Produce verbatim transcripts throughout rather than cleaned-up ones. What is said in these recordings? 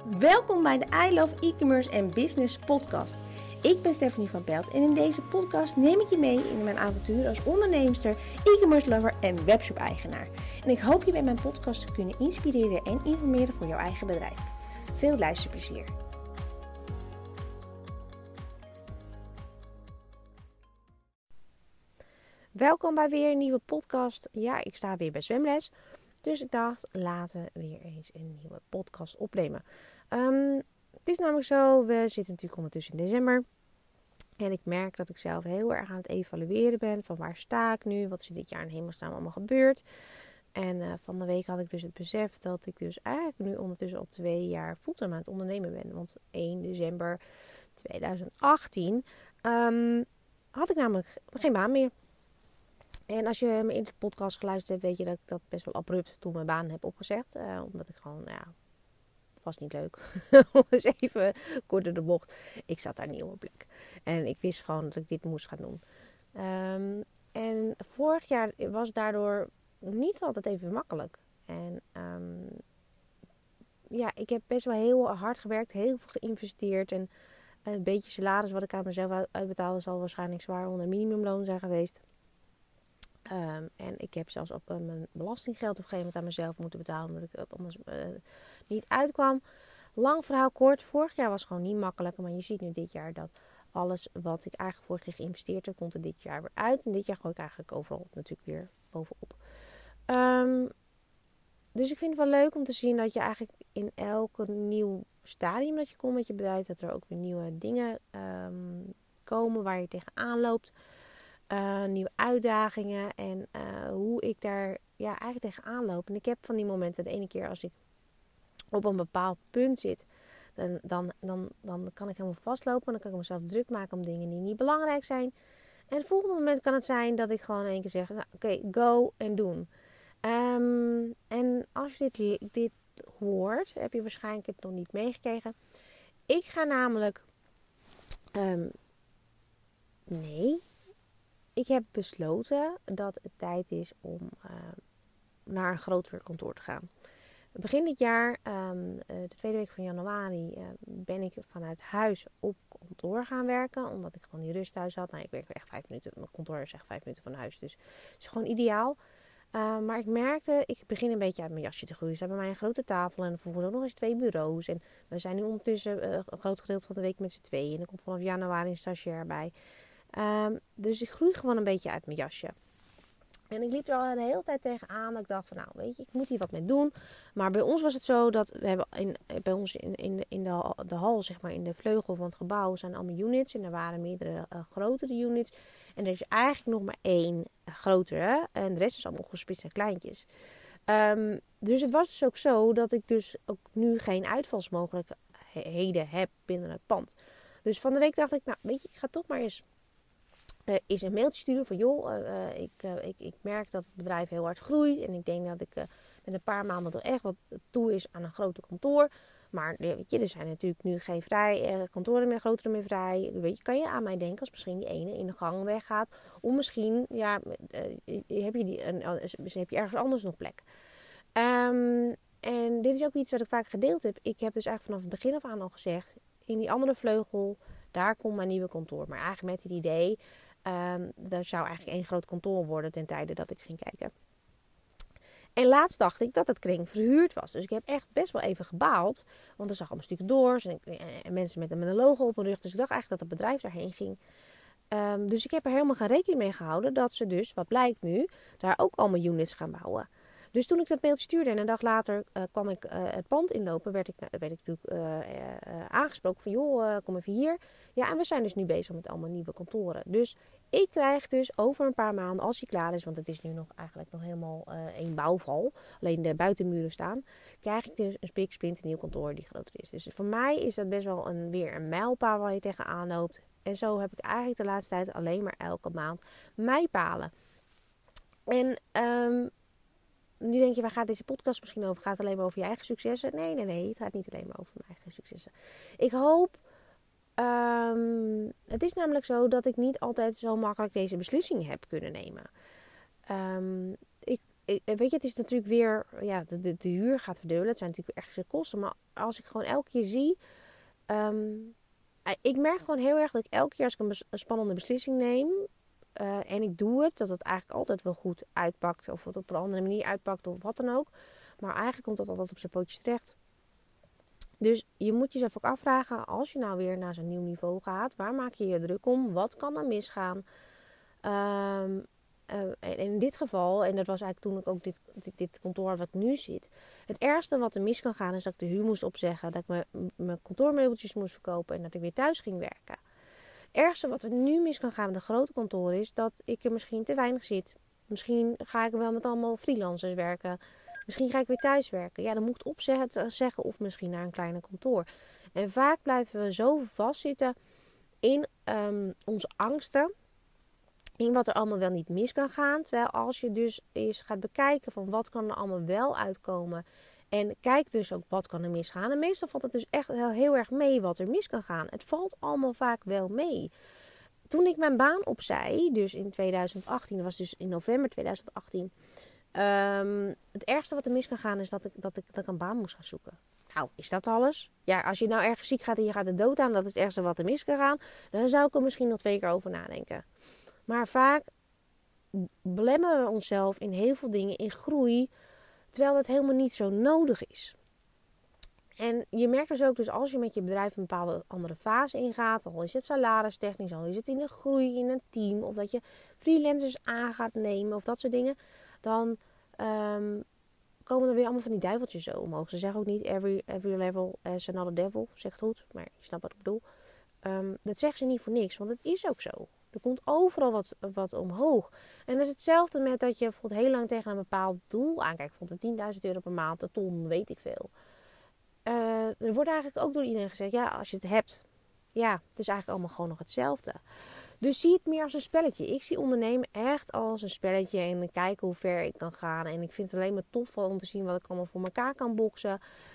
Welkom bij de I Love E-commerce en Business podcast. Ik ben Stephanie van Pelt en in deze podcast neem ik je mee in mijn avontuur als onderneemster, e-commerce lover en webshop-eigenaar. En ik hoop je bij mijn podcast te kunnen inspireren en informeren voor jouw eigen bedrijf. Veel luisterplezier. Welkom bij weer een nieuwe podcast. Ja, ik sta weer bij zwemles. Dus ik dacht, laten we weer eens een nieuwe podcast opnemen. Um, het is namelijk zo, we zitten natuurlijk ondertussen in december. En ik merk dat ik zelf heel erg aan het evalueren ben. Van waar sta ik nu? Wat is er dit jaar in hemelsnaam allemaal gebeurd? En uh, van de week had ik dus het besef dat ik dus eigenlijk nu ondertussen al twee jaar fulltime aan het ondernemen ben. Want één december tweeduizend achttien um, had ik namelijk geen baan meer. En als je mijn eerdere podcast geluisterd hebt, weet je dat ik dat best wel abrupt toen mijn baan heb opgezegd. Uh, omdat ik gewoon, ja, het was niet leuk. Dus even kort door de bocht. Ik zat daar niet op mijn plek. En ik wist gewoon dat ik dit moest gaan doen. Um, en vorig jaar was daardoor niet altijd even makkelijk. En um, ja, ik heb best wel heel hard gewerkt, heel veel geïnvesteerd. En een beetje salaris wat ik aan mezelf uitbetaalde zal waarschijnlijk zwaar onder minimumloon zijn geweest. Um, en ik heb zelfs op uh, mijn belastinggeld op een gegeven moment aan mezelf moeten betalen. Omdat ik uh, anders uh, niet uitkwam. Lang verhaal kort. Vorig jaar was gewoon niet makkelijk. Maar je ziet nu dit jaar dat alles wat ik eigenlijk vorig jaar geïnvesteerd heb, komt er dit jaar weer uit. En dit jaar gooi ik eigenlijk overal natuurlijk weer bovenop. Um, dus ik vind het wel leuk om te zien dat je eigenlijk in elk nieuw stadium dat je komt met je bedrijf, dat er ook weer nieuwe dingen um, komen waar je tegenaan loopt. Uh, nieuwe uitdagingen en uh, hoe ik daar ja, eigenlijk tegenaan loop. En ik heb van die momenten, de ene keer als ik op een bepaald punt zit, dan, dan, dan, dan kan ik helemaal vastlopen. Dan kan ik mezelf druk maken om dingen die niet belangrijk zijn. En het volgende moment kan het zijn dat ik gewoon in één keer zeg, nou, oké, okay, go en doen. Um, en als je dit, dit hoort, heb je waarschijnlijk het nog niet meegekregen. Ik ga namelijk, um, nee... Ik heb besloten dat het tijd is om uh, naar een groter kantoor te gaan. Begin dit jaar, um, de tweede week van januari, uh, ben ik vanuit huis op kantoor gaan werken. Omdat ik gewoon die rust thuis had. Nou, ik werk echt vijf minuten. Mijn kantoor is echt vijf minuten van huis. Dus het is gewoon ideaal. Uh, maar ik merkte, ik begin een beetje uit mijn jasje te groeien. Ze hebben bij mij een grote tafel en vervolgens ook nog eens twee bureaus. En we zijn nu ondertussen uh, een groot gedeelte van de week met z'n tweeën. En er komt vanaf januari een stagiair bij. Um, dus ik groei gewoon een beetje uit mijn jasje. En ik liep er al de hele tijd tegenaan. Dat ik dacht van nou weet je, ik moet hier wat mee doen. Maar bij ons was het zo dat we hebben in, bij ons in, in, in de, de hal, zeg maar in de vleugel van het gebouw, zijn allemaal units. En er waren meerdere uh, grotere units. En er is eigenlijk nog maar één uh, grotere. En de rest is allemaal gesplitst en kleintjes. Um, dus het was dus ook zo dat ik dus ook nu geen uitvalsmogelijkheden heb binnen het pand. Dus van de week dacht ik, nou weet je, ik ga toch maar eens Uh, is een mailtje sturen van joh, uh, ik, uh, ik, ik merk dat het bedrijf heel hard groeit. En ik denk dat ik uh, met een paar maanden er echt wat toe is aan een groter kantoor. Maar weet je, er zijn natuurlijk nu geen vrij, uh, kantoren meer, grotere meer vrij. Weet je, kan je aan mij denken als misschien die ene in de gang weggaat. Of misschien, ja, uh, heb, je die, uh, heb je ergens anders nog plek. Um, en dit is ook iets wat ik vaak gedeeld heb. Ik heb dus eigenlijk vanaf het begin af aan al gezegd, in die andere vleugel, daar komt mijn nieuwe kantoor. Maar eigenlijk met het idee, um, er zou eigenlijk één groot kantoor worden ten tijde dat ik ging kijken. En laatst dacht ik dat het kring verhuurd was. Dus ik heb echt best wel even gebaald. Want er zag allemaal stukken doors en, en, en mensen met, met een logo op hun rug. Dus ik dacht eigenlijk dat het bedrijf daarheen ging. Um, dus ik heb er helemaal geen rekening mee gehouden dat ze dus, wat blijkt nu, daar ook allemaal units gaan bouwen. Dus toen ik dat mailtje stuurde en een dag later uh, kwam ik uh, het pand inlopen, werd ik, uh, werd ik natuurlijk uh, uh, aangesproken van joh, uh, kom even hier. Ja, en we zijn dus nu bezig met allemaal nieuwe kantoren. Dus ik krijg dus over een paar maanden, als hij klaar is, want het is nu nog eigenlijk nog helemaal uh, één bouwval, alleen de buitenmuren staan, krijg ik dus een spiksplinter nieuw kantoor die groter is. Dus voor mij is dat best wel een, weer een mijlpaal waar je tegenaan loopt. En zo heb ik eigenlijk de laatste tijd alleen maar elke maand mijlpalen. En um, nu denk je, waar gaat deze podcast misschien over? Gaat het alleen maar over je eigen successen? Nee, nee, nee. Het gaat niet alleen maar over mijn eigen successen. Ik hoop... Um, het is namelijk zo dat ik niet altijd zo makkelijk deze beslissing heb kunnen nemen. Um, ik ik, weet je, het is natuurlijk weer, ja, de, de, de huur gaat verdubbelen. Het zijn natuurlijk extra kosten. Maar als ik gewoon elke keer zie, um, ik merk gewoon heel erg dat ik elke keer als ik een, bes, een spannende beslissing neem, uh, en ik doe het, dat het eigenlijk altijd wel goed uitpakt. Of het op een andere manier uitpakt of wat dan ook. Maar eigenlijk komt dat altijd op zijn pootjes terecht. Dus je moet jezelf ook afvragen, als je nou weer naar zo'n nieuw niveau gaat, waar maak je je druk om? Wat kan er misgaan? Um, uh, en in dit geval, en dat was eigenlijk toen ik ook dit, dit, dit kantoor had wat ik nu zit. Het ergste wat er mis kan gaan is dat ik de huur moest opzeggen. Dat ik mijn kantoormeubeltjes moest verkopen en dat ik weer thuis ging werken. Het ergste wat er nu mis kan gaan met een grote kantoor is dat ik er misschien te weinig zit. Misschien ga ik wel met allemaal freelancers werken. Misschien ga ik weer thuis werken. Ja, dan moet ik het opzeggen of misschien naar een kleiner kantoor. En vaak blijven we zo vastzitten in um, onze angsten. In wat er allemaal wel niet mis kan gaan. Terwijl als je dus eens gaat bekijken van wat kan er allemaal wel uitkomen. En kijk dus ook wat kan er misgaan. En meestal valt het dus echt heel, heel erg mee wat er mis kan gaan. Het valt allemaal vaak wel mee. Toen ik mijn baan opzij, dus in tweeduizend achttien, dat was dus in november tweeduizend achttien... Um, het ergste wat er mis kan gaan is dat ik, dat, ik, dat ik een baan moest gaan zoeken. Nou, is dat alles? Ja, als je nou ergens ziek gaat en je gaat de dood aan, dat is het ergste wat er mis kan gaan. Dan zou ik er misschien nog twee keer over nadenken. Maar vaak belemmeren we onszelf in heel veel dingen, in groei, terwijl dat helemaal niet zo nodig is. En je merkt dus ook, dus als je met je bedrijf een bepaalde andere fase ingaat, al is het salaristechnisch, al is het in een groei, in een team, of dat je freelancers aan gaat nemen, of dat soort dingen, dan um, komen er weer allemaal van die duiveltjes zo omhoog. Ze zeggen ook niet, every, every level has another devil, zegt goed, maar je snapt wat ik bedoel. Um, dat zeggen ze niet voor niks, want het is ook zo. Er komt overal wat, wat omhoog. En dat is hetzelfde met dat je bijvoorbeeld heel lang tegen een bepaald doel aankijkt. Bijvoorbeeld tienduizend euro per maand, een ton, weet ik veel. Uh, er wordt eigenlijk ook door iedereen gezegd, ja, als je het hebt, ja, het is eigenlijk allemaal gewoon nog hetzelfde. Dus zie het meer als een spelletje. Ik zie ondernemen echt als een spelletje en kijken hoe ver ik kan gaan. En ik vind het alleen maar tof om te zien wat ik allemaal voor elkaar kan boksen.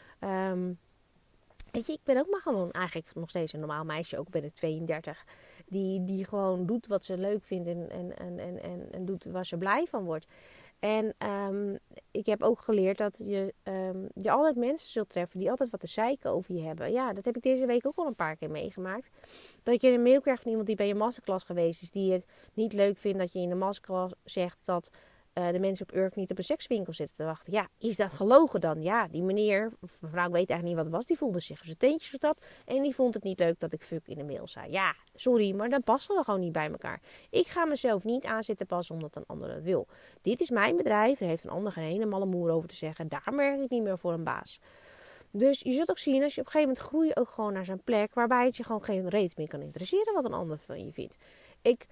Um, weet je, ik ben ook maar gewoon eigenlijk nog steeds een normaal meisje, ook ben ik tweeëndertig. Die, die gewoon doet wat ze leuk vindt en, en, en, en, en doet waar ze blij van wordt. En um, ik heb ook geleerd dat je, um, je altijd mensen zult treffen die altijd wat te zeiken over je hebben. Ja, dat heb ik deze week ook al een paar keer meegemaakt. Dat je een mail krijgt van iemand die bij je masterclass geweest is, die het niet leuk vindt dat je in de masterclass zegt dat uh, de mensen op Urk niet op een sekswinkel zitten te wachten. Ja, is dat gelogen dan? Ja, die meneer, of mevrouw, ik weet eigenlijk niet wat het was, die voelde zich op zijn teentjes gestapt en die vond het niet leuk dat ik fuck in de mail zei. Ja, sorry, maar dan passen we gewoon niet bij elkaar. Ik ga mezelf niet aan zitten passen omdat een ander dat wil. Dit is mijn bedrijf, er heeft een ander geen ene malle moer over te zeggen. Daar werk ik niet meer voor een baas. Dus je zult ook zien, als je op een gegeven moment groei ook gewoon naar zo'n plek waarbij het je gewoon geen reet meer kan interesseren wat een ander van je vindt. Ik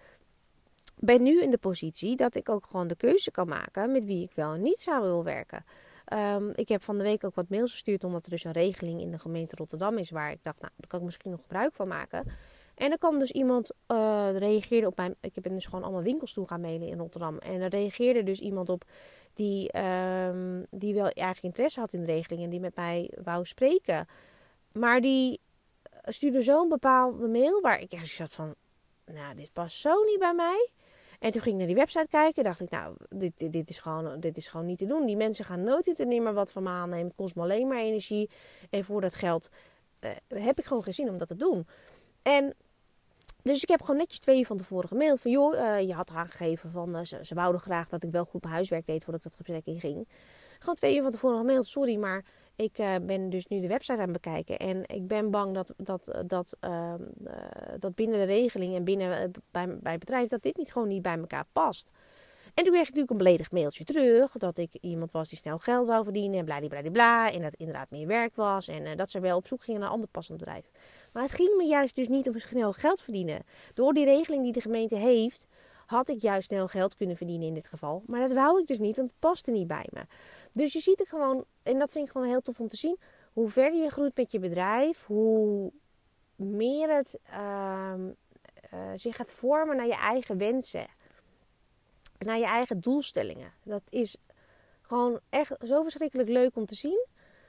ben nu in de positie dat ik ook gewoon de keuze kan maken met wie ik wel en niet zou willen werken. Um, ik heb van de week ook wat mails gestuurd omdat er dus een regeling in de gemeente Rotterdam is waar ik dacht, nou, daar kan ik misschien nog gebruik van maken. En er kwam dus iemand, uh, reageerde op mijn, ik ben dus gewoon allemaal winkels toe gaan mailen in Rotterdam. En er reageerde dus iemand op die, um, die wel eigenlijk interesse had in de regeling en die met mij wou spreken. Maar die stuurde zo'n bepaalde mail waar ik echt zat van, nou, dit past zo niet bij mij. En toen ging ik naar die website kijken. Dacht ik, nou, dit, dit, dit, is gewoon, dit is gewoon niet te doen. Die mensen gaan nooit iets meer wat van me aannemen. Het kost me alleen maar energie. En voor dat geld uh, heb ik gewoon geen zin om dat te doen. En dus ik heb gewoon netjes twee uur van tevoren gemaild. Van joh, uh, je had aangegeven van... Uh, ze, ze wouden graag dat ik wel goed mijn huiswerk deed voordat ik dat gesprek inging. Gewoon twee uur van tevoren gemaild. Sorry, maar ik uh, ben dus nu de website aan het bekijken. En ik ben bang dat, dat, dat, uh, uh, dat binnen de regeling en binnen uh, bij, bij het bedrijf... dat dit niet gewoon niet bij elkaar past. En toen kreeg ik natuurlijk een beledigd mailtje terug. Dat ik iemand was die snel geld wou verdienen. En bladibladibla. En dat het inderdaad meer werk was. En uh, dat ze wel op zoek gingen naar een ander passend bedrijf. Maar het ging me juist dus niet om snel geld verdienen. Door die regeling die de gemeente heeft, had ik juist snel geld kunnen verdienen in dit geval. Maar dat wou ik dus niet, want het paste niet bij me. Dus je ziet het gewoon, en dat vind ik gewoon heel tof om te zien. Hoe verder je groeit met je bedrijf, hoe meer het uh, uh, zich gaat vormen naar je eigen wensen. Naar je eigen doelstellingen. Dat is gewoon echt zo verschrikkelijk leuk om te zien.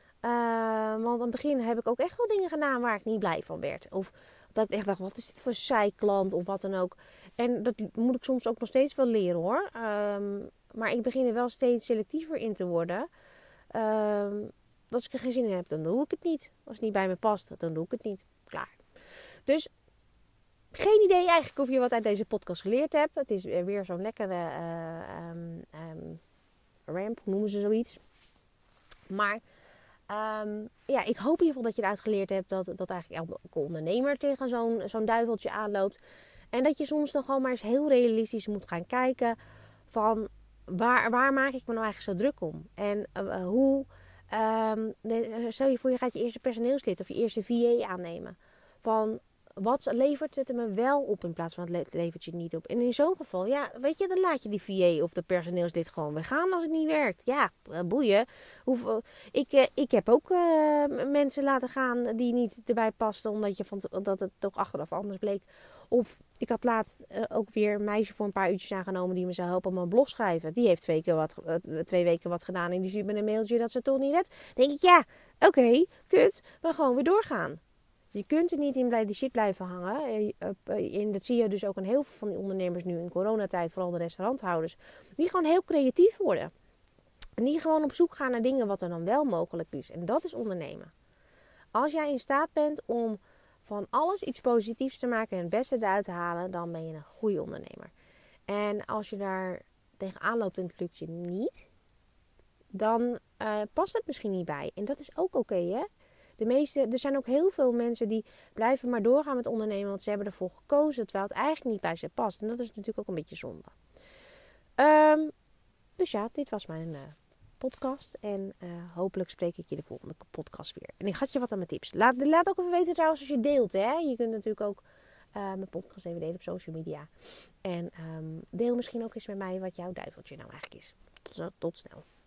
Uh, want aan het begin heb ik ook echt wel dingen gedaan waar ik niet blij van werd. Of dat ik echt dacht, wat is dit voor een zijklant of wat dan ook. En dat moet ik soms ook nog steeds wel leren hoor. Um, Maar ik begin er wel steeds selectiever in te worden. Um, als ik er geen zin in heb, dan doe ik het niet. Als het niet bij me past, dan doe ik het niet. Klaar. Dus geen idee eigenlijk of je wat uit deze podcast geleerd hebt. Het is weer zo'n lekkere uh, um, um, ramp, hoe noemen ze zoiets. Maar um, ja, ik hoop in ieder geval dat je eruit geleerd hebt dat, dat eigenlijk elke ondernemer tegen zo'n, zo'n duiveltje aanloopt. En dat je soms nog gewoon maar eens heel realistisch moet gaan kijken van waar, waar maak ik me nou eigenlijk zo druk om? En uh, hoe, um, stel je voor je gaat je eerste personeelslid of je eerste V A aannemen. Van wat levert het er me wel op in plaats van het levert je het niet op? En in zo'n geval, ja, weet je, dan laat je die V A of de personeelslid gewoon weer gaan als het niet werkt. Ja, boeien. Hoeveel, ik, uh, ik heb ook uh, mensen laten gaan die niet erbij pasten, omdat, je vond, omdat het toch achteraf anders bleek. Of ik had laatst uh, ook weer een meisje voor een paar uurtjes aangenomen die me zou helpen om een blog schrijven. Die heeft twee, keer wat, uh, twee weken wat gedaan en die stuurt me een mailtje dat ze het toch niet redt. Dan denk ik, ja, oké, okay, kut, maar gewoon weer doorgaan. Je kunt er niet in bij die shit blijven hangen. En dat zie je dus ook aan heel veel van die ondernemers nu in coronatijd, vooral de restauranthouders. Die gewoon heel creatief worden. En die gewoon op zoek gaan naar dingen wat er dan wel mogelijk is. En dat is ondernemen. Als jij in staat bent om van alles iets positiefs te maken en het beste eruit te halen, dan ben je een goede ondernemer. En als je daar tegenaan loopt en het lukt je niet, dan uh, past het misschien niet bij. En dat is ook oké, okay, hè? De meeste, er zijn ook heel veel mensen die blijven maar doorgaan met ondernemen, want ze hebben ervoor gekozen, terwijl het eigenlijk niet bij ze past. En dat is natuurlijk ook een beetje zonde. Um, dus ja, dit was mijn uh, podcast. En uh, hopelijk spreek ik je de volgende podcast weer. En ik had je wat aan mijn tips. Laat, laat ook even weten trouwens als je deelt. Hè? Je kunt natuurlijk ook uh, mijn podcast even delen op social media. En um, deel misschien ook eens met mij wat jouw duiveltje nou eigenlijk is. Tot, tot snel.